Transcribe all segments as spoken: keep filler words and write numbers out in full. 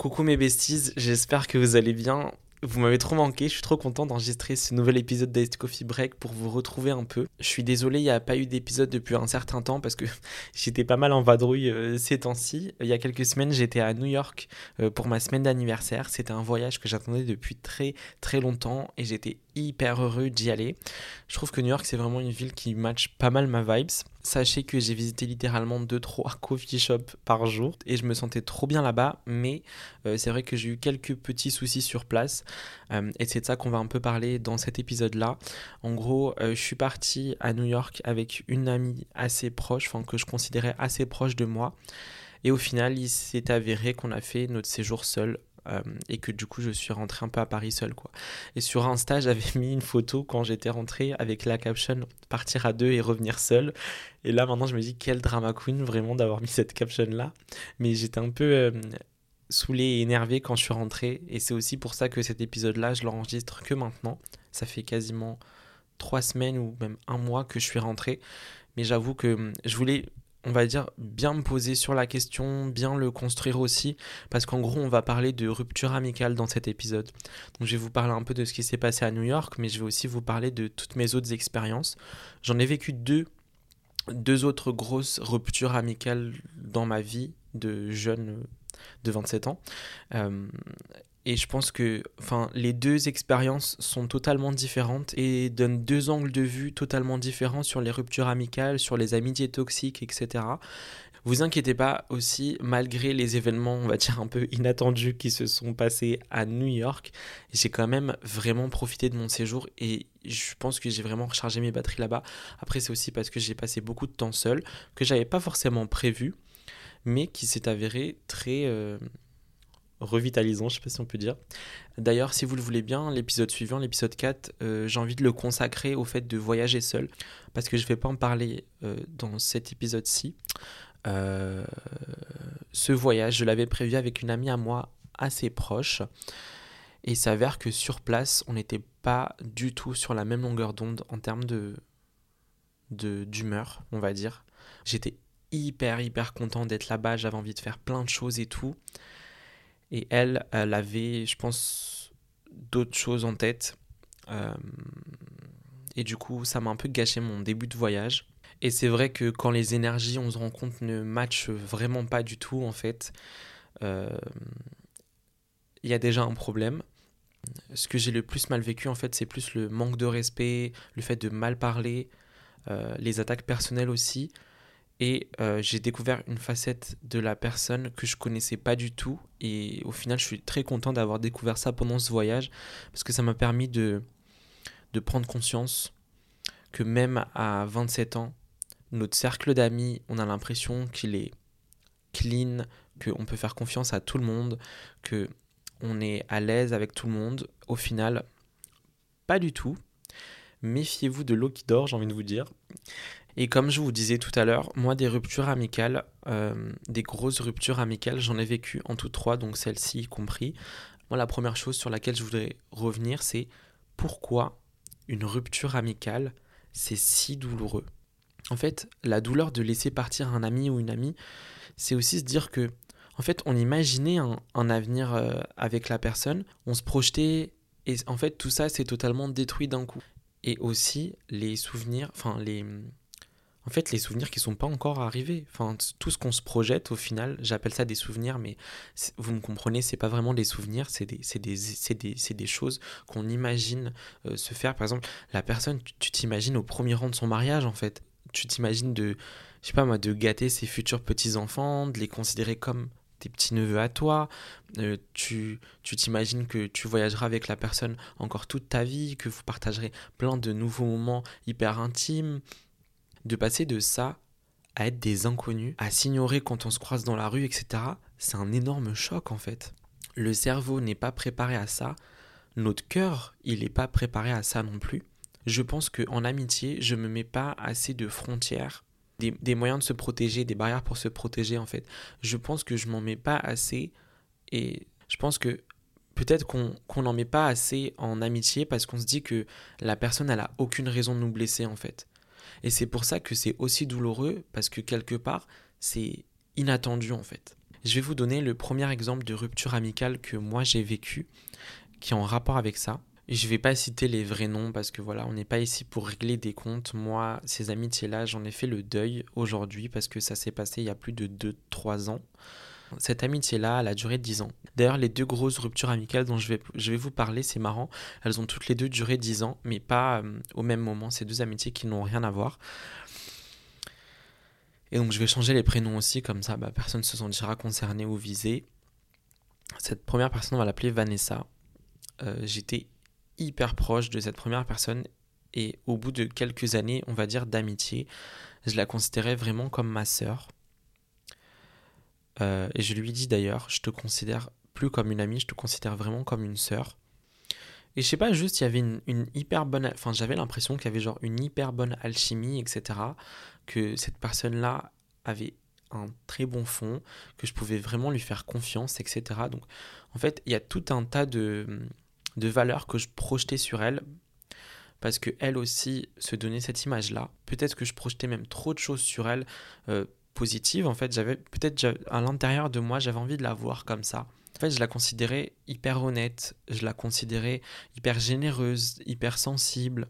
Coucou mes besties, j'espère que vous allez bien. Vous m'avez trop manqué, je suis trop content d'enregistrer ce nouvel épisode d'Iced Coffee Break pour vous retrouver un peu. Je suis désolé, il n'y a pas eu d'épisode depuis un certain temps parce que j'étais pas mal en vadrouille euh, ces temps-ci. Il y a quelques semaines, j'étais à New York euh, pour ma semaine d'anniversaire. C'était un voyage que j'attendais depuis très très longtemps et j'étais hyper heureux d'y aller. Je trouve que New York, c'est vraiment une ville qui match pas mal ma vibes. Sachez que j'ai visité littéralement deux trois coffee shops par jour et je me sentais trop bien là-bas, mais euh, c'est vrai que j'ai eu quelques petits soucis sur place euh, et c'est de ça qu'on va un peu parler dans cet épisode-là. En gros, euh, je suis parti à New York avec une amie assez proche, enfin que je considérais assez proche de moi, et au final, il s'est avéré qu'on a fait notre séjour seul. Euh, et que du coup je suis rentré un peu à Paris seul quoi. Et sur Insta j'avais mis une photo quand j'étais rentré avec la caption partir à deux et revenir seul, et là maintenant je me dis quel drama queen vraiment d'avoir mis cette caption là, mais j'étais un peu euh, saoulé et énervé quand je suis rentré, et c'est aussi pour ça que cet épisode là je l'enregistre que maintenant. Ça fait quasiment trois semaines ou même un mois que je suis rentré, mais j'avoue que je voulais, on va dire, bien me poser sur la question, bien le construire aussi, parce qu'en gros, on va parler de rupture amicale dans cet épisode. Donc, je vais vous parler un peu de ce qui s'est passé à New York, mais je vais aussi vous parler de toutes mes autres expériences. J'en ai vécu deux, deux autres grosses ruptures amicales dans ma vie de jeune de vingt-sept ans. Euh, et je pense que enfin, les deux expériences sont totalement différentes et donnent deux angles de vue totalement différents sur les ruptures amicales, sur les amitiés toxiques, et cetera. Vous inquiétez pas aussi, malgré les événements, on va dire, un peu inattendus qui se sont passés à New York, j'ai quand même vraiment profité de mon séjour et je pense que j'ai vraiment rechargé mes batteries là-bas. Après, c'est aussi parce que j'ai passé beaucoup de temps seul, que j'avais pas forcément prévu, mais qui s'est avéré très euh, revitalisant, je sais pas si on peut dire. D'ailleurs, si vous le voulez bien, l'épisode suivant, l'épisode quatre, euh, j'ai envie de le consacrer au fait de voyager seul, parce que je vais pas en parler euh, dans cet épisode-ci. Euh, ce voyage, je l'avais prévu avec une amie à moi assez proche, et il s'avère que sur place, on n'était pas du tout sur la même longueur d'onde en termes de, de, d'humeur, on va dire. J'étais hyper hyper content d'être là-bas, j'avais envie de faire plein de choses et tout. Et elle, elle avait, je pense, d'autres choses en tête. Euh, et du coup, ça m'a un peu gâché mon début de voyage. Et c'est vrai que quand les énergies, on se rend compte, ne matchent vraiment pas du tout, en fait, euh, il y a déjà un problème. Ce que j'ai le plus mal vécu, en fait, c'est plus le manque de respect, le fait de mal parler, euh, les attaques personnelles aussi. Et euh, j'ai découvert une facette de la personne que je connaissais pas du tout. Et au final, je suis très content d'avoir découvert ça pendant ce voyage, parce que ça m'a permis de, de prendre conscience que même à vingt-sept ans, notre cercle d'amis, on a l'impression qu'il est clean, qu'on peut faire confiance à tout le monde, qu'on est à l'aise avec tout le monde. Au final, pas du tout. Méfiez-vous de l'eau qui dort, j'ai envie de vous dire. Et comme je vous disais tout à l'heure, moi des ruptures amicales, euh, des grosses ruptures amicales, j'en ai vécu en tout trois, donc celle-ci y compris. Moi la première chose sur laquelle je voudrais revenir, c'est pourquoi une rupture amicale, c'est si douloureux. En fait, la douleur de laisser partir un ami ou une amie, c'est aussi se dire que, en fait, on imaginait un, un avenir euh, avec la personne, on se projetait, et en fait tout ça c'est totalement détruit d'un coup. Et aussi les souvenirs, enfin les... En fait, les souvenirs qui ne sont pas encore arrivés. Enfin, tout ce qu'on se projette, au final, j'appelle ça des souvenirs, mais vous me comprenez, c'est pas vraiment des souvenirs, c'est des, c'est des, c'est des, c'est des choses qu'on imagine euh, se faire. Par exemple, la personne, tu, tu t'imagines au premier rang de son mariage, en fait. Tu t'imagines de, je sais pas moi, de gâter ses futurs petits-enfants, de les considérer comme tes petits-neveux à toi. Euh, tu, tu t'imagines que tu voyageras avec la personne encore toute ta vie, que vous partagerez plein de nouveaux moments hyper intimes. De passer de ça à être des inconnus, à s'ignorer quand on se croise dans la rue, et cetera, c'est un énorme choc en fait. Le cerveau n'est pas préparé à ça, notre cœur, il n'est pas préparé à ça non plus. Je pense qu'en amitié, je ne me mets pas assez de frontières, des, des moyens de se protéger, des barrières pour se protéger en fait. Je pense que je m'en mets pas assez, et je pense que peut-être qu'on qu'on n'en met pas assez en amitié parce qu'on se dit que la personne, elle a aucune raison de nous blesser en fait. Et c'est pour ça que c'est aussi douloureux, parce que quelque part, c'est inattendu en fait. Je vais vous donner le premier exemple de rupture amicale que moi j'ai vécu, qui est en rapport avec ça. Et je vais pas citer les vrais noms parce que voilà, on n'est pas ici pour régler des comptes. Moi, ces amitiés-là, j'en ai fait le deuil aujourd'hui parce que ça s'est passé il y a plus de deux trois ans. Cette amitié-là, elle a duré dix ans. D'ailleurs, les deux grosses ruptures amicales dont je vais, je vais vous parler, c'est marrant, elles ont toutes les deux duré dix ans, mais pas euh, au même moment. C'est deux amitiés qui n'ont rien à voir. Et donc, je vais changer les prénoms aussi, comme ça, bah, personne ne se sentira concerné ou visé. Cette première personne, on va l'appeler Vanessa. Euh, j'étais hyper proche de cette première personne et au bout de quelques années, on va dire d'amitié, je la considérais vraiment comme ma sœur. Euh, et je lui dis d'ailleurs, je te considère plus comme une amie, je te considère vraiment comme une sœur. Et je sais pas, juste il y avait une, une hyper bonne, enfin j'avais l'impression qu'il y avait genre une hyper bonne alchimie, et cetera. Que cette personne-là avait un très bon fond, que je pouvais vraiment lui faire confiance, et cetera. Donc en fait, il y a tout un tas de, de valeurs que je projetais sur elle, parce qu'elle aussi se donnait cette image-là. Peut-être que je projetais même trop de choses sur elle, euh, positives. En fait, j'avais peut-être j'avais- à l'intérieur de moi, j'avais envie de la voir comme ça. En fait, je la considérais hyper honnête, je la considérais hyper généreuse, hyper sensible.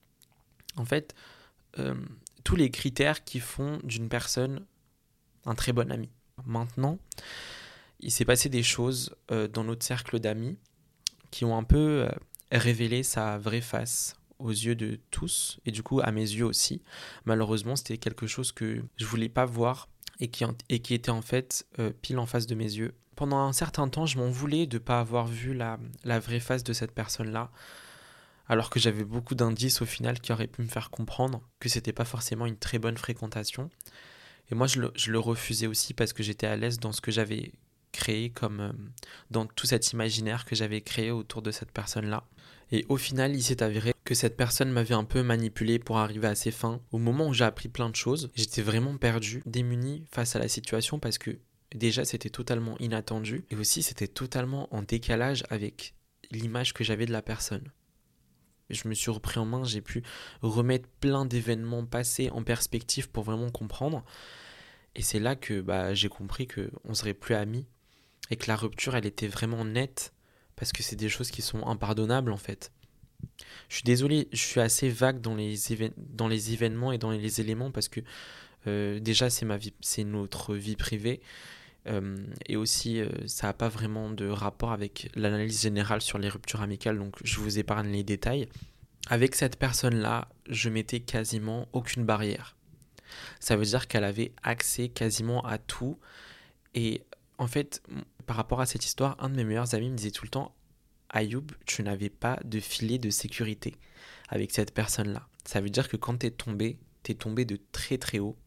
En fait, euh, tous les critères qui font d'une personne un très bon ami. Maintenant, il s'est passé des choses euh, dans notre cercle d'amis qui ont un peu euh, révélé sa vraie face aux yeux de tous et du coup à mes yeux aussi. Malheureusement, c'était quelque chose que je voulais pas voir et qui, et qui était en fait euh, pile en face de mes yeux. Pendant un certain temps, je m'en voulais de ne pas avoir vu la, la vraie face de cette personne-là, alors que j'avais beaucoup d'indices au final qui auraient pu me faire comprendre que c'était pas forcément une très bonne fréquentation. Et moi, je le, je le refusais aussi parce que j'étais à l'aise dans ce que j'avais créé, comme euh, dans tout cet imaginaire que j'avais créé autour de cette personne-là. Et au final, il s'est avéré que cette personne m'avait un peu manipulé pour arriver à ses fins. Au moment où j'ai appris plein de choses, j'étais vraiment perdu, démuni face à la situation parce que déjà, c'était totalement inattendu et aussi c'était totalement en décalage avec l'image que j'avais de la personne. Je me suis repris en main, j'ai pu remettre plein d'événements passés en perspective pour vraiment comprendre. Et c'est là que bah, j'ai compris qu'on ne serait plus amis et que la rupture, elle était vraiment nette parce que c'est des choses qui sont impardonnables en fait. Je suis désolé, je suis assez vague dans les, évén- dans les événements et dans les éléments parce que euh, déjà c'est ma vie, c'est notre vie privée euh, et aussi euh, ça n'a pas vraiment de rapport avec l'analyse générale sur les ruptures amicales, donc je vous épargne les détails. Avec cette personne-là, je mettais quasiment aucune barrière. Ça veut dire qu'elle avait accès quasiment à tout et en fait, par rapport à cette histoire, un de mes meilleurs amis me disait tout le temps Ayoub, tu n'avais pas de filet de sécurité avec cette personne-là. Ça veut dire que quand t'es tombé, t'es tombé de très très haut.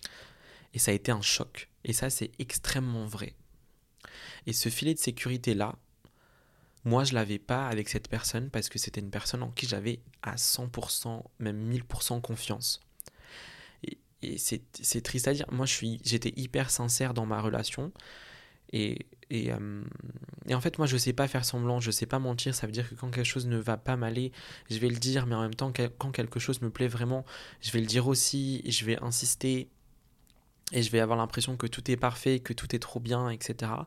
Et ça a été un choc. Et ça, c'est extrêmement vrai. Et ce filet de sécurité-là, moi, je l'avais pas avec cette personne parce que c'était une personne en qui j'avais à cent pour cent, même mille pour cent confiance. Et, et c'est, c'est triste à dire. Moi, je suis, j'étais hyper sincère dans ma relation. Et, et, euh, et en fait, moi, je sais pas faire semblant, je sais pas mentir. Ça veut dire que quand quelque chose ne va pas m'aller, je vais le dire, mais en même temps, quand quelque chose me plaît vraiment, je vais le dire aussi, et je vais insister, et je vais avoir l'impression que tout est parfait, que tout est trop bien, et cetera.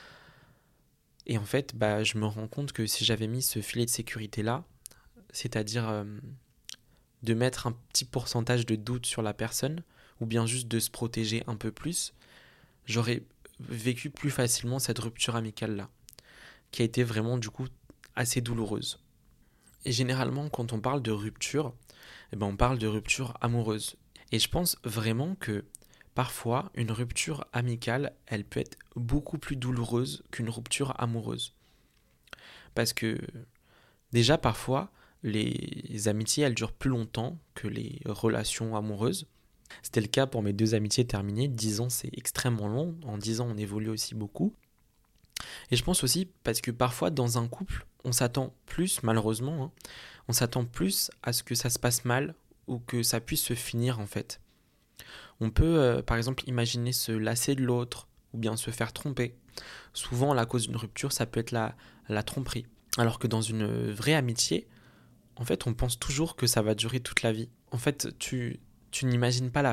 Et en fait, bah, je me rends compte que si j'avais mis ce filet de sécurité-là, c'est-à-dire euh, de mettre un petit pourcentage de doute sur la personne, ou bien juste de se protéger un peu plus, j'aurais vécu plus facilement cette rupture amicale-là, qui a été vraiment du coup assez douloureuse. Et généralement, quand on parle de rupture, eh ben, on parle de rupture amoureuse. Et je pense vraiment que parfois, une rupture amicale, elle peut être beaucoup plus douloureuse qu'une rupture amoureuse. Parce que déjà, parfois, les amitiés, elles durent plus longtemps que les relations amoureuses. C'était le cas pour mes deux amitiés terminées. dix ans, c'est extrêmement long. En dix ans, on évolue aussi beaucoup. Et je pense aussi parce que parfois, dans un couple, on s'attend plus, malheureusement, hein, on s'attend plus à ce que ça se passe mal ou que ça puisse se finir, en fait. On peut, euh, par exemple, imaginer se lasser de l'autre ou bien se faire tromper. Souvent, la cause d'une rupture, ça peut être la, la tromperie. Alors que dans une vraie amitié, en fait, on pense toujours que ça va durer toute la vie. En fait, tu, tu n'imagines pas la fin.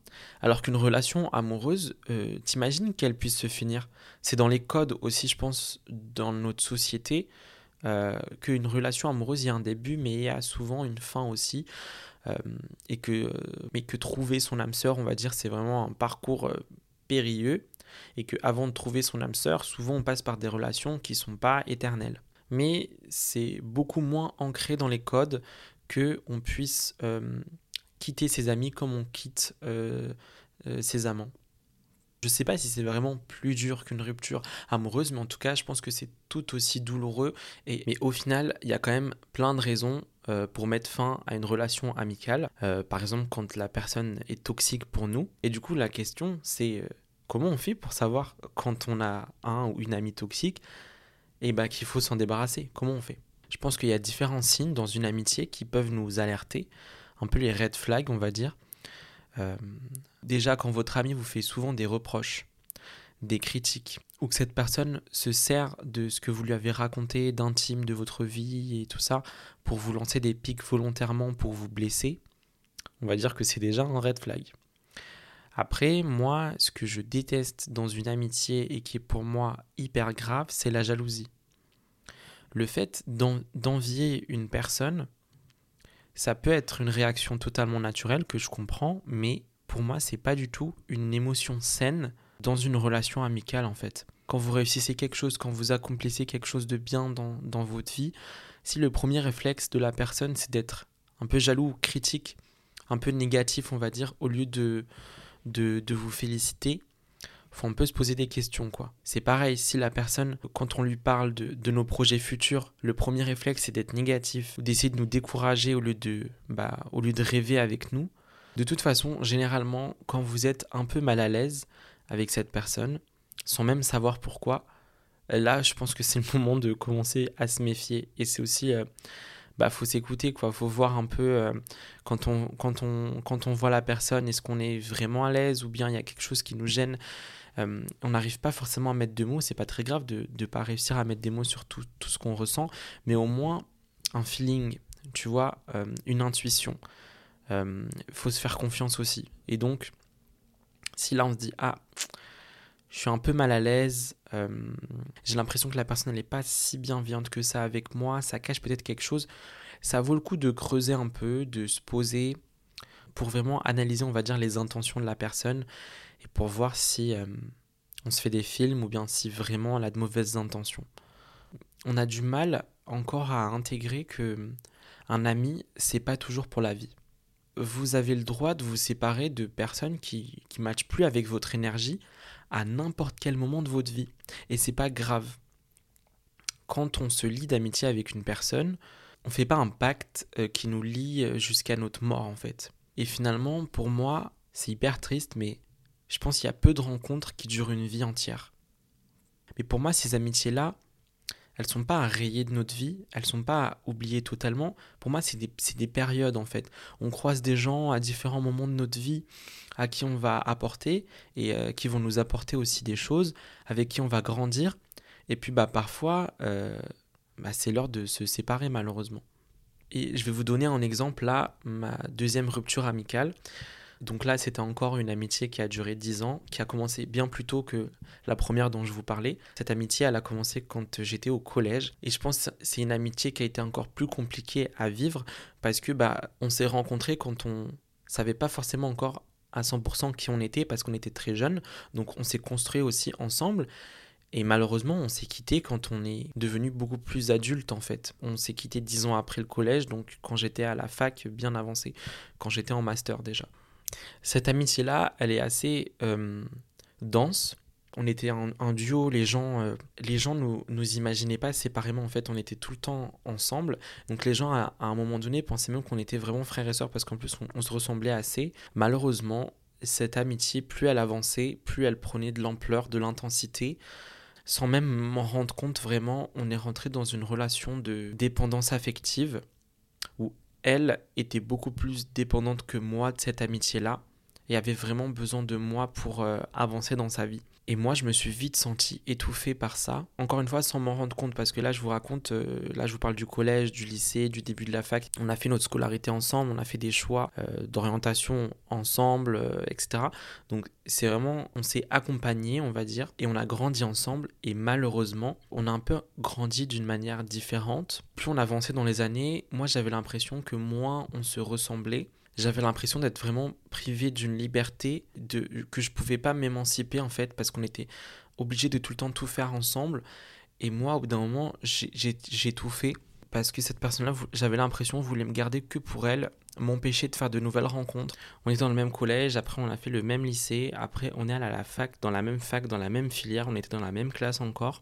Alors qu'une relation amoureuse, euh, t'imagines qu'elle puisse se finir. C'est dans les codes aussi, je pense, dans notre société, euh, qu'une relation amoureuse, il y a un début, mais il y a souvent une fin aussi. Euh, et que, euh, mais que trouver son âme sœur, on va dire, c'est vraiment un parcours euh, périlleux. Et qu'avant de trouver son âme sœur, souvent on passe par des relations qui ne sont pas éternelles. Mais c'est beaucoup moins ancré dans les codes qu'on puisse euh, quitter ses amis comme on quitte euh, euh, ses amants. Je ne sais pas si c'est vraiment plus dur qu'une rupture amoureuse, mais en tout cas, je pense que c'est tout aussi douloureux. Et, mais au final, il y a quand même plein de raisons euh, pour mettre fin à une relation amicale. Euh, par exemple, quand la personne est toxique pour nous. Et du coup, la question, c'est euh, comment on fait pour savoir quand on a un ou une amie toxique et bah, qu'il faut s'en débarrasser? Comment on fait? Je pense qu'il y a différents signes dans une amitié qui peuvent nous alerter, un peu les red flags, on va dire. Euh, déjà, quand votre ami vous fait souvent des reproches, des critiques, ou que cette personne se sert de ce que vous lui avez raconté d'intime de votre vie et tout ça pour vous lancer des pics volontairement pour vous blesser, on va dire que c'est déjà un red flag. Après, moi, ce que je déteste dans une amitié et qui est pour moi hyper grave, c'est la jalousie. Le fait d'en- d'envier une personne, ça peut être une réaction totalement naturelle que je comprends, mais pour moi, c'est pas du tout une émotion saine dans une relation amicale en fait. Quand vous réussissez quelque chose, quand vous accomplissez quelque chose de bien dans, dans votre vie, si le premier réflexe de la personne c'est d'être un peu jaloux, critique, un peu négatif on va dire, au lieu de, de, de vous féliciter, faut un peu se poser des questions quoi. C'est pareil, si la personne, quand on lui parle de, de nos projets futurs, le premier réflexe c'est d'être négatif, ou d'essayer de nous décourager au lieu de, bah, au lieu de rêver avec nous. De toute façon, généralement, quand vous êtes un peu mal à l'aise avec cette personne, sans même savoir pourquoi, là je pense que c'est le moment de commencer à se méfier. Et c'est aussi, euh, bah faut s'écouter quoi, faut voir un peu euh, quand, on, quand, on, quand on voit la personne, est-ce qu'on est vraiment à l'aise ou bien il y a quelque chose qui nous gêne. Euh, on n'arrive pas forcément à mettre de mots, c'est pas très grave de ne pas réussir à mettre des mots sur tout, tout ce qu'on ressent, mais au moins un feeling, tu vois, euh, une intuition. Il euh, faut se faire confiance aussi. Et donc, si là on se dit, ah, je suis un peu mal à l'aise, euh, j'ai l'impression que la personne n'est pas si bienveillante que ça avec moi, ça cache peut-être quelque chose, ça vaut le coup de creuser un peu, de se poser pour vraiment analyser, on va dire, les intentions de la personne et pour voir si euh, on se fait des films ou bien si vraiment elle a de mauvaises intentions. On a du mal encore à intégrer que un ami, c'est pas toujours pour la vie. Vous avez le droit de vous séparer de personnes qui ne matchent plus avec votre énergie à n'importe quel moment de votre vie. Et c'est pas grave. Quand on se lie d'amitié avec une personne, on ne fait pas un pacte euh, qui nous lie jusqu'à notre mort en fait. Et finalement, pour moi, c'est hyper triste, mais je pense qu'il y a peu de rencontres qui durent une vie entière. Mais pour moi, ces amitiés-là, elles ne sont pas à rayer de notre vie, elles ne sont pas à oublier totalement. Pour moi, c'est des, c'est des périodes en fait. On croise des gens à différents moments de notre vie à qui on va apporter et euh, qui vont nous apporter aussi des choses, avec qui on va grandir. Et puis bah, parfois, euh, bah, c'est l'heure de se séparer malheureusement. Et je vais vous donner un exemple là, ma deuxième rupture amicale. Donc là, c'était encore une amitié qui a duré dix ans, qui a commencé bien plus tôt que la première dont je vous parlais. Cette amitié, elle a commencé quand j'étais au collège. Et je pense que c'est une amitié qui a été encore plus compliquée à vivre parce que bah, on s'est rencontrés quand on savait pas forcément encore à cent pour cent qui on était parce qu'on était très jeunes. Donc on s'est construit aussi ensemble. Et malheureusement, on s'est quitté quand on est devenu beaucoup plus adulte en fait. On s'est quitté dix ans après le collège, donc quand j'étais à la fac bien avancé, quand j'étais en master déjà. Cette amitié-là, elle est assez euh, dense. On était un, un duo, les gens, euh, les gens nous, nous imaginaient pas séparément, en fait, on était tout le temps ensemble. Donc les gens, à, à un moment donné, pensaient même qu'on était vraiment frères et sœurs parce qu'en plus, on, on se ressemblait assez. Malheureusement, cette amitié, plus elle avançait, plus elle prenait de l'ampleur, de l'intensité. Sans même m'en rendre compte vraiment, on est rentré dans une relation de dépendance affective où elle était beaucoup plus dépendante que moi de cette amitié-là et avait vraiment besoin de moi pour euh, avancer dans sa vie. Et moi, je me suis vite senti étouffé par ça. Encore une fois, sans m'en rendre compte, parce que là, je vous raconte, euh, là, je vous parle du collège, du lycée, du début de la fac. On a fait notre scolarité ensemble, on a fait des choix euh, d'orientation ensemble, euh, et cetera. Donc, c'est vraiment, on s'est accompagnés, on va dire, et on a grandi ensemble. Et malheureusement, on a un peu grandi d'une manière différente. Plus on avançait dans les années, moi, j'avais l'impression que moins on se ressemblait. J'avais l'impression d'être vraiment privé d'une liberté, de, que je pouvais pas m'émanciper en fait, parce qu'on était obligé de tout le temps tout faire ensemble. Et moi, au bout d'un moment, j'ai, j'ai, j'ai tout fait, parce que cette personne-là, j'avais l'impression, voulait me garder que pour elle, m'empêcher de faire de nouvelles rencontres. On était dans le même collège, après on a fait le même lycée, après on est allé à la fac, dans la même fac, dans la même filière, on était dans la même classe encore.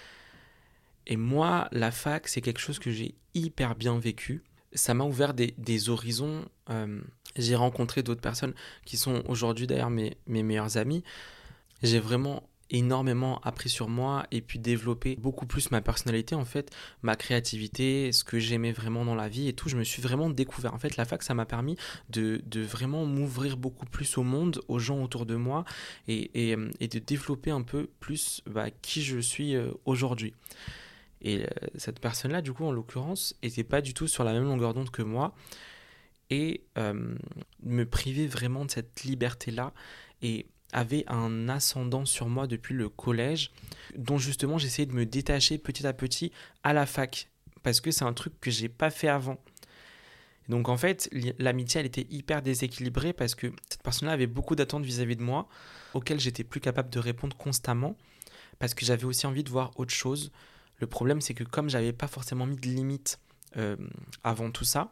Et moi, la fac, c'est quelque chose que j'ai hyper bien vécu. Ça m'a ouvert des, des horizons. Euh, j'ai rencontré d'autres personnes qui sont aujourd'hui d'ailleurs mes, mes meilleurs amis. J'ai vraiment énormément appris sur moi et puis développé beaucoup plus ma personnalité en fait, ma créativité, ce que j'aimais vraiment dans la vie et tout. Je me suis vraiment découvert. En fait, la fac, ça m'a permis de, de vraiment m'ouvrir beaucoup plus au monde, aux gens autour de moi et, et, et de développer un peu plus bah, qui je suis euh, aujourd'hui. Et euh, cette personne-là, du coup, en l'occurrence, était pas du tout sur la même longueur d'onde que moi et euh, me privait vraiment de cette liberté-là et avait un ascendant sur moi depuis le collège, dont justement j'essayais de me détacher petit à petit à la fac, parce que c'est un truc que j'ai pas fait avant. Donc en fait, l'amitié, elle était hyper déséquilibrée parce que cette personne-là avait beaucoup d'attentes vis-à-vis de moi, auxquelles j'étais plus capable de répondre constamment, parce que j'avais aussi envie de voir autre chose. Le problème, c'est que comme j'avais pas forcément mis de limite euh, avant tout ça,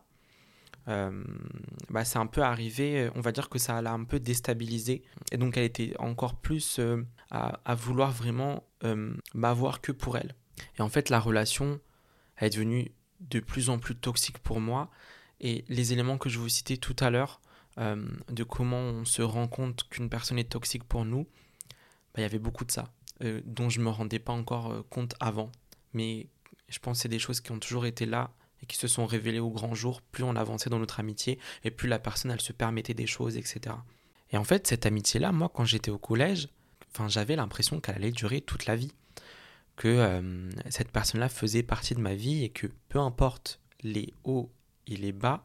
euh, bah, c'est un peu arrivé, on va dire que ça l'a un peu déstabilisé. Et donc, elle était encore plus euh, à, à vouloir vraiment euh, m'avoir que pour elle. Et en fait, la relation elle est devenue de plus en plus toxique pour moi. Et les éléments que je vous citais tout à l'heure, euh, de comment on se rend compte qu'une personne est toxique pour nous, bah, il y avait beaucoup de ça, euh, dont je ne me rendais pas encore euh, compte avant. Mais je pense que c'est des choses qui ont toujours été là et qui se sont révélées au grand jour, plus on avançait dans notre amitié et plus la personne, elle se permettait des choses, et cetera. Et en fait, cette amitié-là, moi, quand j'étais au collège, enfin, j'avais l'impression qu'elle allait durer toute la vie, que euh, cette personne-là faisait partie de ma vie et que peu importe les hauts et les bas,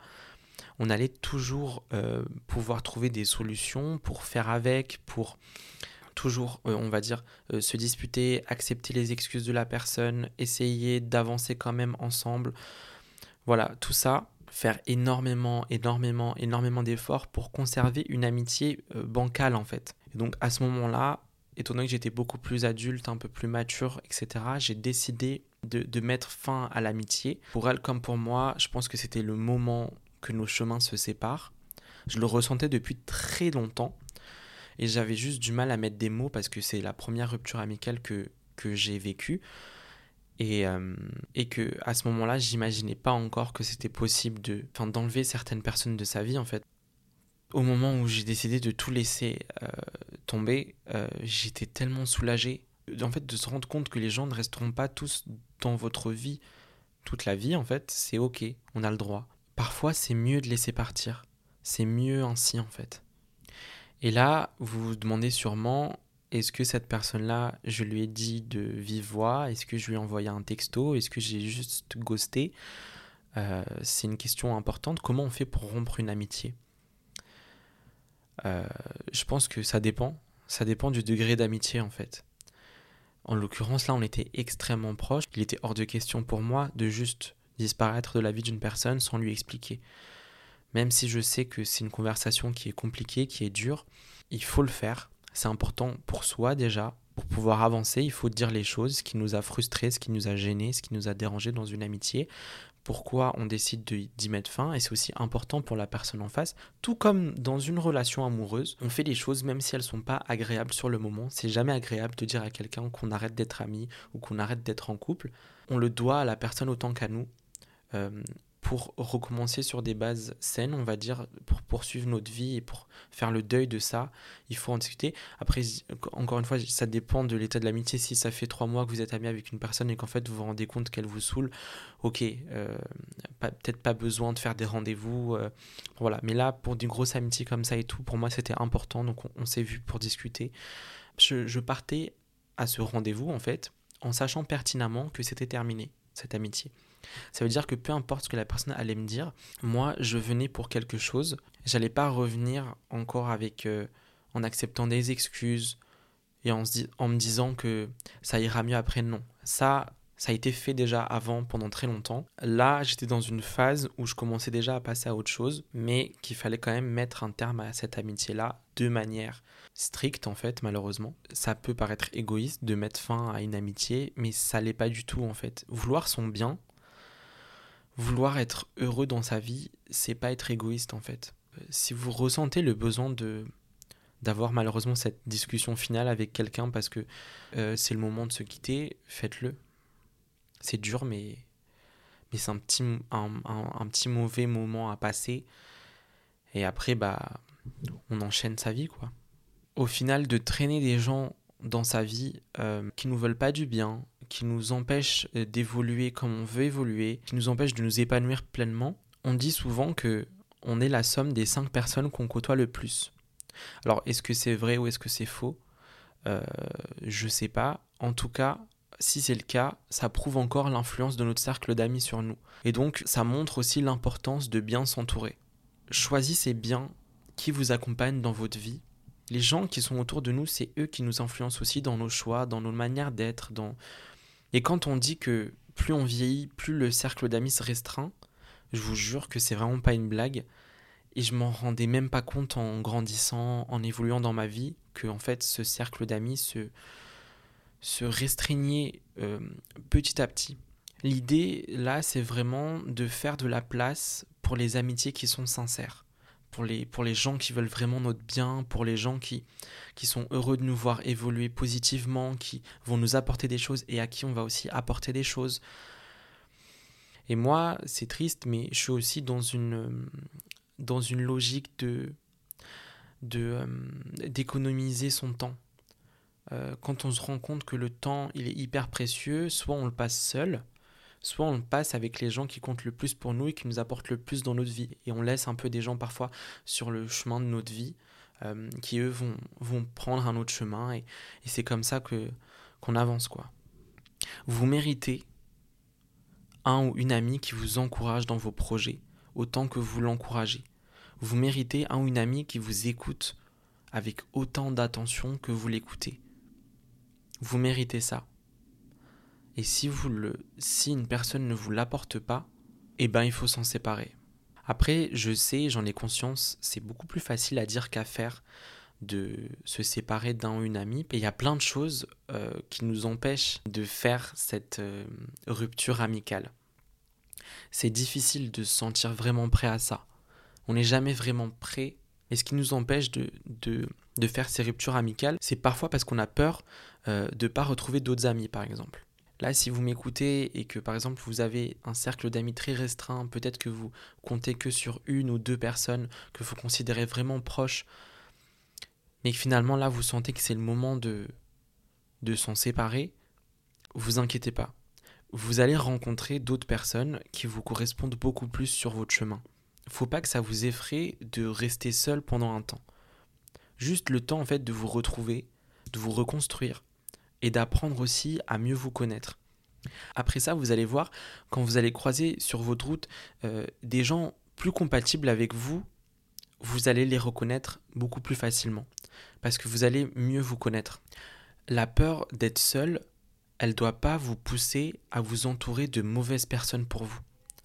on allait toujours euh, pouvoir trouver des solutions pour faire avec, pour toujours, euh, on va dire, euh, se disputer, accepter les excuses de la personne, essayer d'avancer quand même ensemble. Voilà, tout ça, faire énormément, énormément, énormément d'efforts pour conserver une amitié euh, bancale en fait. Et donc à ce moment-là, étant donné que j'étais beaucoup plus adulte, un peu plus mature, et cetera, j'ai décidé de, de mettre fin à l'amitié. Pour elle comme pour moi, je pense que c'était le moment que nos chemins se séparent. Je le ressentais depuis très longtemps. Et j'avais juste du mal à mettre des mots parce que c'est la première rupture amicale que, que j'ai vécue. Et, euh, et que à ce moment-là, j'imaginais pas encore que c'était possible de, enfin, d'enlever certaines personnes de sa vie, en fait. Au moment où j'ai décidé de tout laisser euh, tomber, euh, j'étais tellement soulagé. En fait, de se rendre compte que les gens ne resteront pas tous dans votre vie toute la vie, en fait, c'est ok, on a le droit. Parfois, c'est mieux de laisser partir. C'est mieux ainsi, en fait. Et là, vous vous demandez sûrement, est-ce que cette personne-là, je lui ai dit de vive voix? Est-ce que je lui ai envoyé un texto? Est-ce que j'ai juste ghosté? euh, C'est une question importante. Comment on fait pour rompre une amitié? euh, Je pense que ça dépend. Ça dépend du degré d'amitié, en fait. En l'occurrence, là, on était extrêmement proches. Il était hors de question pour moi de juste disparaître de la vie d'une personne sans lui expliquer. Même si je sais que c'est une conversation qui est compliquée, qui est dure, il faut le faire. C'est important pour soi déjà. Pour pouvoir avancer, il faut dire les choses, ce qui nous a frustrés, ce qui nous a gênés, ce qui nous a dérangés dans une amitié. Pourquoi on décide de, d'y mettre fin, et c'est aussi important pour la personne en face. Tout comme dans une relation amoureuse, on fait les choses même si elles ne sont pas agréables sur le moment. C'est jamais agréable de dire à quelqu'un qu'on arrête d'être ami ou qu'on arrête d'être en couple. On le doit à la personne autant qu'à nous. Euh, pour recommencer sur des bases saines, on va dire, pour poursuivre notre vie et pour faire le deuil de ça, il faut en discuter. Après, encore une fois, ça dépend de l'état de l'amitié. Si ça fait trois mois que vous êtes amis avec une personne et qu'en fait vous vous rendez compte qu'elle vous saoule, ok, euh, pas, peut-être pas besoin de faire des rendez-vous, euh, voilà. Mais là, pour une grosse amitié comme ça et tout, pour moi c'était important, donc on, on s'est vu pour discuter. Je, je partais à ce rendez-vous en fait, en sachant pertinemment que c'était terminé, cette amitié. Ça veut dire que peu importe ce que la personne allait me dire, moi je venais pour quelque chose. J'allais pas revenir encore avec euh, en acceptant des excuses et en, se di- en me disant que ça ira mieux après. Non, ça ça a été fait déjà avant pendant très longtemps. Là j'étais dans une phase où je commençais déjà à passer à autre chose, mais qu'il fallait quand même mettre un terme à cette amitié là de manière stricte en fait. Malheureusement ça peut paraître égoïste de mettre fin à une amitié, mais ça l'est pas du tout en fait. Vouloir son bien, vouloir être heureux dans sa vie, c'est pas être égoïste en fait. Euh, Si vous ressentez le besoin de d'avoir malheureusement cette discussion finale avec quelqu'un parce que euh, c'est le moment de se quitter, faites-le. C'est dur, mais, mais c'est un petit, un, un, un petit mauvais moment à passer. Et après, bah, on enchaîne sa vie, quoi. Au final, de traîner des gens dans sa vie euh, qui nous veulent pas du bien, qui nous empêchent euh, d'évoluer comme on veut évoluer, qui nous empêchent de nous épanouir pleinement, on dit souvent que on est la somme des cinq personnes qu'on côtoie le plus. Alors, est-ce que c'est vrai ou est-ce que c'est faux ? euh, Je sais pas. En tout cas, si c'est le cas, ça prouve encore l'influence de notre cercle d'amis sur nous. Et donc, ça montre aussi l'importance de bien s'entourer. Choisissez bien qui vous accompagne dans votre vie. Les gens qui sont autour de nous, c'est eux qui nous influencent aussi dans nos choix, dans nos manières d'être. Dans... Et quand on dit que plus on vieillit, plus le cercle d'amis se restreint, je vous jure que c'est vraiment pas une blague. Et je m'en rendais même pas compte en grandissant, en évoluant dans ma vie, que en fait ce cercle d'amis se, se restreignait euh, petit à petit. L'idée là, c'est vraiment de faire de la place pour les amitiés qui sont sincères, pour les, pour les gens qui veulent vraiment notre bien, pour les gens qui, qui sont heureux de nous voir évoluer positivement, qui vont nous apporter des choses et à qui on va aussi apporter des choses. Et moi, c'est triste, mais je suis aussi dans une, dans une logique de, de, euh, d'économiser son temps. Euh, quand on se rend compte que le temps, il est hyper précieux, soit on le passe seul, soit on le passe avec les gens qui comptent le plus pour nous et qui nous apportent le plus dans notre vie. Et on laisse un peu des gens parfois sur le chemin de notre vie, euh, qui eux vont, vont prendre un autre chemin. Et, et c'est comme ça que, qu'on avance, quoi. Vous méritez un ou une amie qui vous encourage dans vos projets, autant que vous l'encouragez. Vous méritez un ou une amie qui vous écoute avec autant d'attention que vous l'écoutez. Vous méritez ça. Et si, vous le, si une personne ne vous l'apporte pas, eh ben il faut s'en séparer. Après, je sais, j'en ai conscience, c'est beaucoup plus facile à dire qu'à faire de se séparer d'un ou une amie. Et il y a plein de choses euh, qui nous empêchent de faire cette euh, rupture amicale. C'est difficile de se sentir vraiment prêt à ça. On n'est jamais vraiment prêt. Et ce qui nous empêche de, de, de faire ces ruptures amicales, c'est parfois parce qu'on a peur euh, de ne pas retrouver d'autres amis, par exemple. Là, si vous m'écoutez et que, par exemple, vous avez un cercle d'amis très restreint, peut-être que vous comptez que sur une ou deux personnes que vous considérez vraiment proches, mais que finalement, là, vous sentez que c'est le moment de, de s'en séparer, vous inquiétez pas. Vous allez rencontrer d'autres personnes qui vous correspondent beaucoup plus sur votre chemin. Faut pas que ça vous effraie de rester seul pendant un temps. Juste le temps en fait de vous retrouver, de vous reconstruire et d'apprendre aussi à mieux vous connaître. Après ça, vous allez voir, quand vous allez croiser sur votre route euh, des gens plus compatibles avec vous, vous allez les reconnaître beaucoup plus facilement parce que vous allez mieux vous connaître. La peur d'être seul, elle ne doit pas vous pousser à vous entourer de mauvaises personnes pour vous.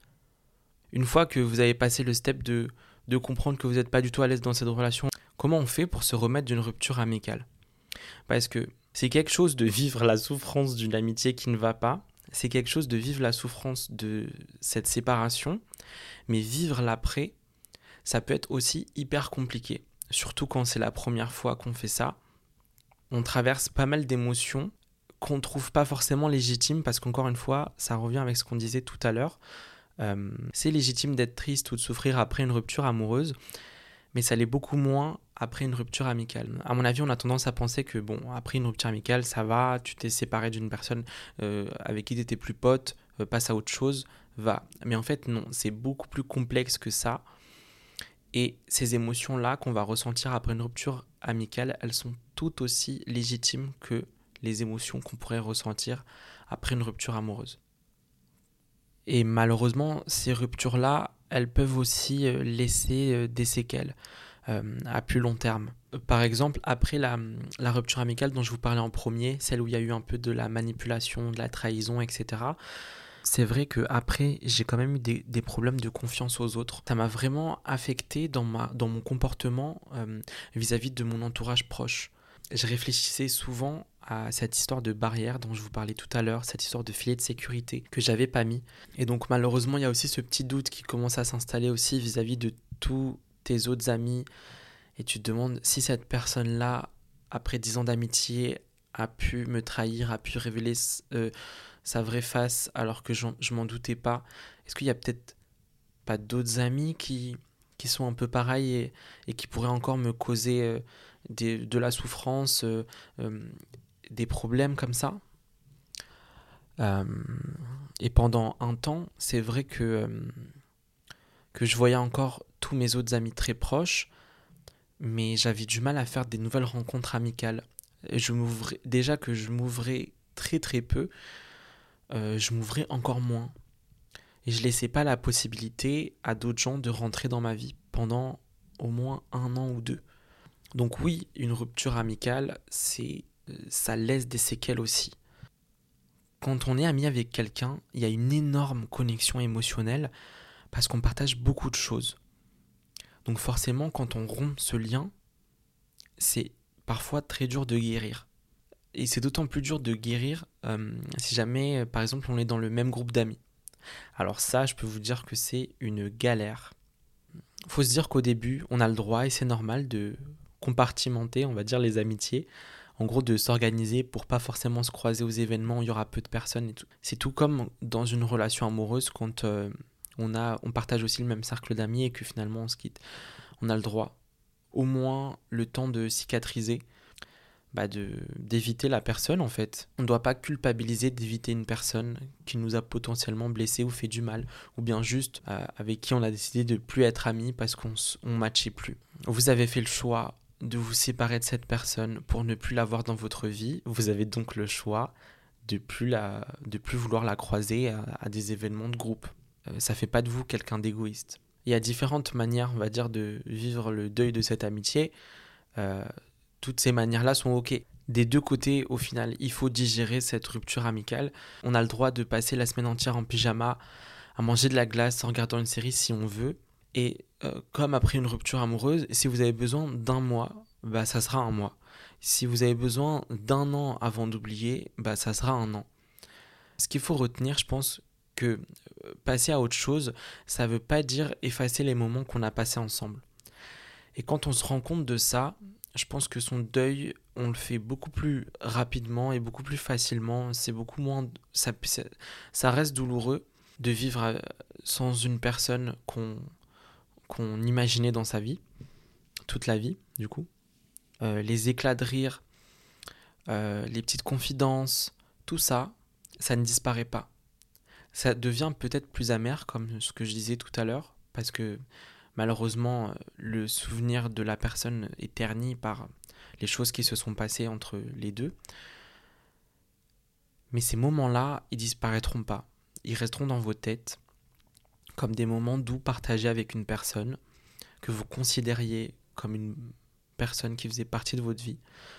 Une fois que vous avez passé le step de, de comprendre que vous n'êtes pas du tout à l'aise dans cette relation, comment on fait pour se remettre d'une rupture amicale ? Parce que c'est quelque chose de vivre la souffrance d'une amitié qui ne va pas, c'est quelque chose de vivre la souffrance de cette séparation, mais vivre l'après, ça peut être aussi hyper compliqué. Surtout quand c'est la première fois qu'on fait ça. On traverse pas mal d'émotions qu'on ne trouve pas forcément légitimes parce qu'encore une fois, ça revient avec ce qu'on disait tout à l'heure. Euh, c'est légitime d'être triste ou de souffrir après une rupture amoureuse, mais ça l'est beaucoup moins après une rupture amicale. À mon avis, on a tendance à penser que, bon, après une rupture amicale, ça va, tu t'es séparé d'une personne euh, avec qui tu n'étais plus pote, euh, passe à autre chose, va. Mais en fait, non, c'est beaucoup plus complexe que ça. Et ces émotions-là qu'on va ressentir après une rupture amicale, elles sont tout aussi légitimes que les émotions qu'on pourrait ressentir après une rupture amoureuse. Et malheureusement, ces ruptures-là, elles peuvent aussi laisser des séquelles euh, à plus long terme. Par exemple, après la, la rupture amicale dont je vous parlais en premier, celle où il y a eu un peu de la manipulation, de la trahison, et cetera, c'est vrai qu'après, j'ai quand même eu des, des problèmes de confiance aux autres. Ça m'a vraiment affecté dans, ma, dans mon comportement euh, vis-à-vis de mon entourage proche. Je réfléchissais souvent à cette histoire de barrière dont je vous parlais tout à l'heure, cette histoire de filet de sécurité que j'avais pas mis. Et donc malheureusement, il y a aussi ce petit doute qui commence à s'installer aussi vis-à-vis de tous tes autres amis. Et tu te demandes si cette personne-là, après dix ans d'amitié, a pu me trahir, a pu révéler euh, sa vraie face alors que je m'en doutais pas. Est-ce qu'il y a peut-être pas d'autres amis qui, qui sont un peu pareils et, et qui pourraient encore me causer euh, des, de la souffrance, euh, euh, des problèmes comme ça euh, Et pendant un temps, c'est vrai que, euh, que je voyais encore tous mes autres amis très proches, mais j'avais du mal à faire des nouvelles rencontres amicales. Je m'ouvrais, déjà que je m'ouvrais très très peu, euh, je m'ouvrais encore moins. Et je laissais pas la possibilité à d'autres gens de rentrer dans ma vie pendant au moins un an ou deux. Donc oui, une rupture amicale, c'est, ça laisse des séquelles aussi. Quand on est ami avec quelqu'un, il y a une énorme connexion émotionnelle parce qu'on partage beaucoup de choses. Donc forcément, quand on rompt ce lien, c'est parfois très dur de guérir. Et c'est d'autant plus dur de guérir euh, si jamais, par exemple, on est dans le même groupe d'amis. Alors ça, je peux vous dire que c'est une galère. Il faut se dire qu'au début, on a le droit, et c'est normal, de compartimenter, on va dire, les amitiés. En gros, de s'organiser pour pas forcément se croiser aux événements où il y aura peu de personnes et tout. C'est tout comme dans une relation amoureuse quand euh, on, a, on partage aussi le même cercle d'amis et que finalement on se quitte. On a le droit, au moins le temps de cicatriser, bah de, d'éviter la personne en fait. On ne doit pas culpabiliser d'éviter une personne qui nous a potentiellement blessés ou fait du mal, ou bien juste euh, avec qui on a décidé de plus être amis parce qu'on ne matchait plus. Vous avez fait le choix de vous séparer de cette personne pour ne plus la voir dans votre vie. Vous avez donc le choix de plus, la, de plus vouloir la croiser à, à des événements de groupe. Euh, ça fait pas de vous quelqu'un d'égoïste. Il y a différentes manières, on va dire, de vivre le deuil de cette amitié. Euh, toutes ces manières-là sont ok. Des deux côtés, au final, il faut digérer cette rupture amicale. On a le droit de passer la semaine entière en pyjama, à manger de la glace en regardant une série si on veut. Et euh, comme après une rupture amoureuse, si vous avez besoin d'un mois, bah ça sera un mois. Si vous avez besoin d'un an avant d'oublier, bah ça sera un an. Ce qu'il faut retenir, je pense, que euh, passer à autre chose, ça ne veut pas dire effacer les moments qu'on a passés ensemble. Et quand on se rend compte de ça, je pense que son deuil, on le fait beaucoup plus rapidement et beaucoup plus facilement. C'est beaucoup moins... Ça, ça reste douloureux de vivre sans une personne qu'on, qu'on imaginait dans sa vie, toute la vie, du coup. Euh, les éclats de rire, euh, les petites confidences, tout ça, ça ne disparaît pas. Ça devient peut-être plus amer, comme ce que je disais tout à l'heure, parce que malheureusement, le souvenir de la personne est terni par les choses qui se sont passées entre les deux. Mais ces moments-là, ils disparaîtront pas. Ils resteront dans vos têtes comme des moments doux partagés avec une personne que vous considériez comme une personne qui faisait partie de votre vie.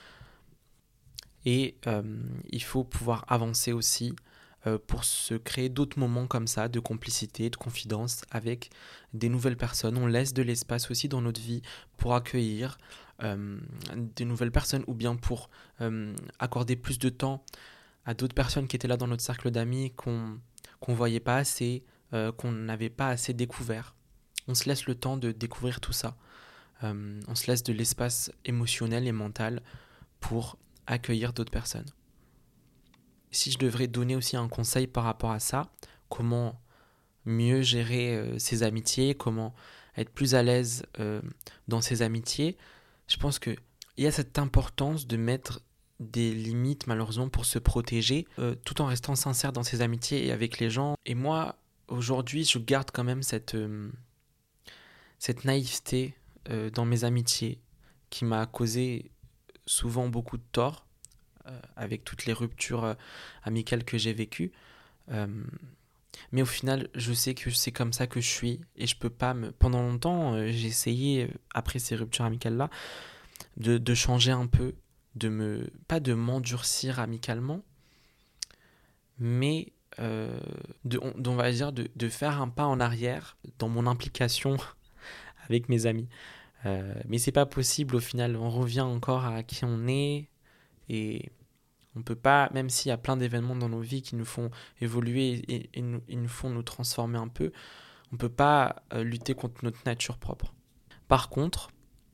Et euh, il faut pouvoir avancer aussi euh, pour se créer d'autres moments comme ça, de complicité, de confidence avec des nouvelles personnes. On laisse de l'espace aussi dans notre vie pour accueillir euh, des nouvelles personnes ou bien pour euh, accorder plus de temps à d'autres personnes qui étaient là dans notre cercle d'amis, qu'on qu'on voyait pas assez, euh, qu'on n'avait pas assez découvert. On se laisse le temps de découvrir tout ça. Euh, on se laisse de l'espace émotionnel et mental pour accueillir d'autres personnes. Si je devrais donner aussi un conseil par rapport à ça, comment mieux gérer euh, ses amitiés, comment être plus à l'aise euh, dans ses amitiés. Je pense qu'il y a cette importance de mettre des limites malheureusement pour se protéger euh, tout en restant sincère dans ses amitiés et avec les gens. Et moi, aujourd'hui, je garde quand même cette, euh, cette naïveté euh, dans mes amitiés qui m'a causé souvent beaucoup de tort euh, avec toutes les ruptures euh, amicales que j'ai vécues. Euh, mais au final, je sais que c'est comme ça que je suis et je peux pas me... Pendant longtemps, euh, j'ai essayé, euh, après ces ruptures amicales-là, de, de changer un peu, de me... pas de m'endurcir amicalement, mais euh, de, on, on va dire de, de faire un pas en arrière dans mon implication avec mes amis. Euh, mais c'est pas possible au final, on revient encore à qui on est et on peut pas, même s'il y a plein d'événements dans nos vies qui nous font évoluer et, et nous, ils nous font nous transformer un peu, on peut pas euh, lutter contre notre nature propre. Par contre,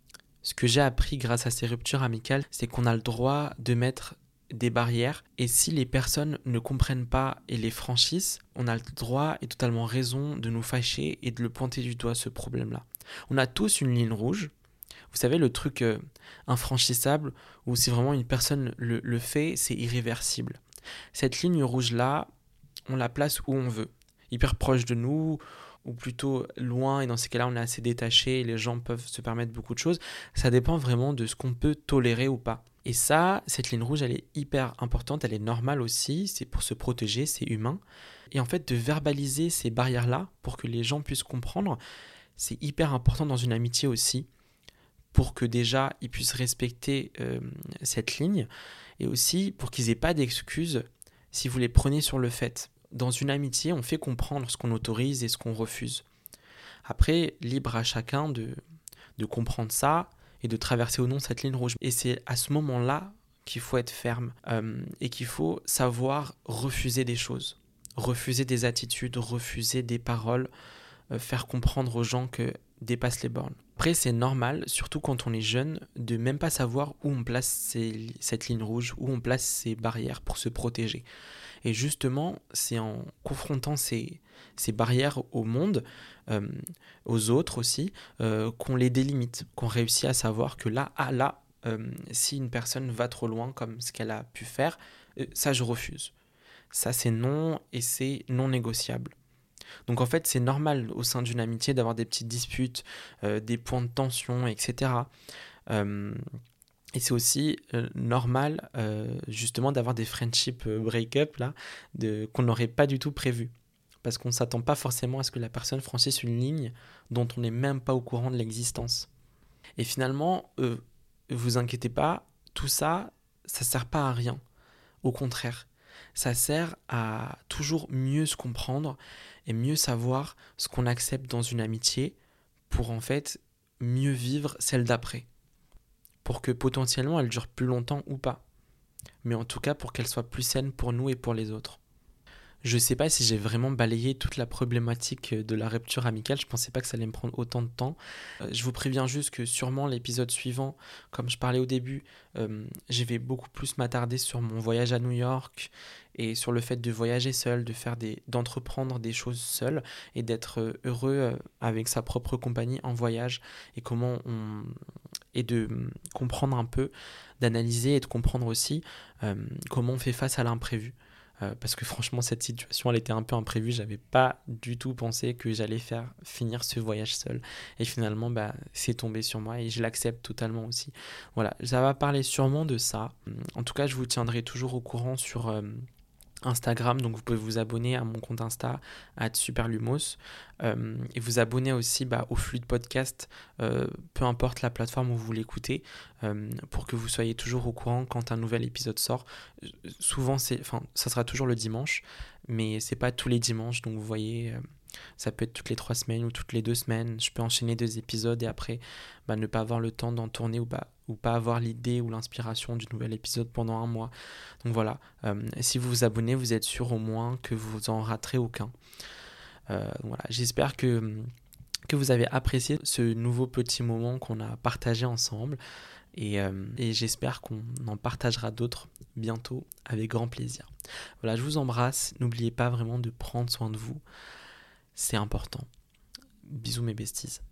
ce que j'ai appris grâce à ces ruptures amicales, c'est qu'on a le droit de mettre des barrières et si les personnes ne comprennent pas et les franchissent, on a le droit et totalement raison de nous fâcher et de le pointer du doigt ce problème-là. On a tous une ligne rouge. Vous savez, le truc euh, infranchissable, où si vraiment une personne le, le fait, c'est irréversible. Cette ligne rouge-là, on la place où on veut. Hyper proche de nous, ou plutôt loin, et dans ces cas-là, on est assez détaché, et les gens peuvent se permettre beaucoup de choses. Ça dépend vraiment de ce qu'on peut tolérer ou pas. Et ça, cette ligne rouge, elle est hyper importante, elle est normale aussi, c'est pour se protéger, c'est humain. Et en fait, de verbaliser ces barrières-là, pour que les gens puissent comprendre, c'est hyper important dans une amitié aussi, pour que déjà ils puissent respecter euh, cette ligne et aussi pour qu'ils aient pas d'excuses si vous les prenez sur le fait. Dans une amitié, on fait comprendre ce qu'on autorise et ce qu'on refuse. Après, libre à chacun de, de comprendre ça et de traverser ou non cette ligne rouge. Et c'est à ce moment-là qu'il faut être ferme euh, et qu'il faut savoir refuser des choses, refuser des attitudes, refuser des paroles, euh, faire comprendre aux gens que dépasse les bornes. Après, c'est normal, surtout quand on est jeune, de même pas savoir où on place ces, cette ligne rouge, où on place ces barrières pour se protéger. Et justement, c'est en confrontant ces, ces barrières au monde, euh, aux autres aussi, euh, qu'on les délimite, qu'on réussit à savoir que là, ah là, euh, si une personne va trop loin comme ce qu'elle a pu faire, euh, ça je refuse. Ça c'est non et c'est non négociable. Donc en fait, c'est normal au sein d'une amitié d'avoir des petites disputes, euh, des points de tension, et cetera. Euh, et c'est aussi euh, normal euh, justement d'avoir des friendship break-up là, de, qu'on n'aurait pas du tout prévu. Parce qu'on ne s'attend pas forcément à ce que la personne franchisse une ligne dont on n'est même pas au courant de l'existence. Et finalement, euh, vous inquiétez pas, tout ça, ça ne sert pas à rien. Au contraire, ça sert à toujours mieux se comprendre et mieux savoir ce qu'on accepte dans une amitié pour en fait mieux vivre celle d'après. Pour que potentiellement elle dure plus longtemps ou pas. Mais en tout cas pour qu'elle soit plus saine pour nous et pour les autres. Je sais pas si j'ai vraiment balayé toute la problématique de la rupture amicale, je pensais pas que ça allait me prendre autant de temps. Euh, je vous préviens juste que sûrement l'épisode suivant, comme je parlais au début, euh, je vais beaucoup plus m'attarder sur mon voyage à New York et sur le fait de voyager seul, de faire des, d'entreprendre des choses seul et d'être heureux avec sa propre compagnie en voyage et comment on... et de comprendre un peu, d'analyser et de comprendre aussi euh, comment on fait face à l'imprévu. Euh, parce que franchement cette situation elle était un peu imprévue, j'avais pas du tout pensé que j'allais faire finir ce voyage seul et finalement bah, c'est tombé sur moi et je l'accepte totalement aussi. Voilà, ça va parler sûrement de ça. En tout cas je vous tiendrai toujours au courant sur euh, Instagram, donc vous pouvez vous abonner à mon compte Insta arobase superlumos euh, et vous abonner aussi bah, au flux de podcast, euh, peu importe la plateforme où vous l'écoutez, euh, pour que vous soyez toujours au courant quand un nouvel épisode sort. Souvent, c'est, enfin, ça sera toujours le dimanche, mais c'est pas tous les dimanches, donc vous voyez, euh, ça peut être toutes les trois semaines ou toutes les deux semaines. Je peux enchaîner deux épisodes et après bah, ne pas avoir le temps d'en tourner ou pas, ou pas avoir l'idée ou l'inspiration du nouvel épisode pendant un mois. Donc voilà, euh, si vous vous abonnez, vous êtes sûr au moins que vous en raterez aucun. Euh, voilà, j'espère que, que vous avez apprécié ce nouveau petit moment qu'on a partagé ensemble et, euh, et j'espère qu'on en partagera d'autres bientôt avec grand plaisir. Voilà, je vous embrasse, n'oubliez pas vraiment de prendre soin de vous c'est important. Bisous mes besties.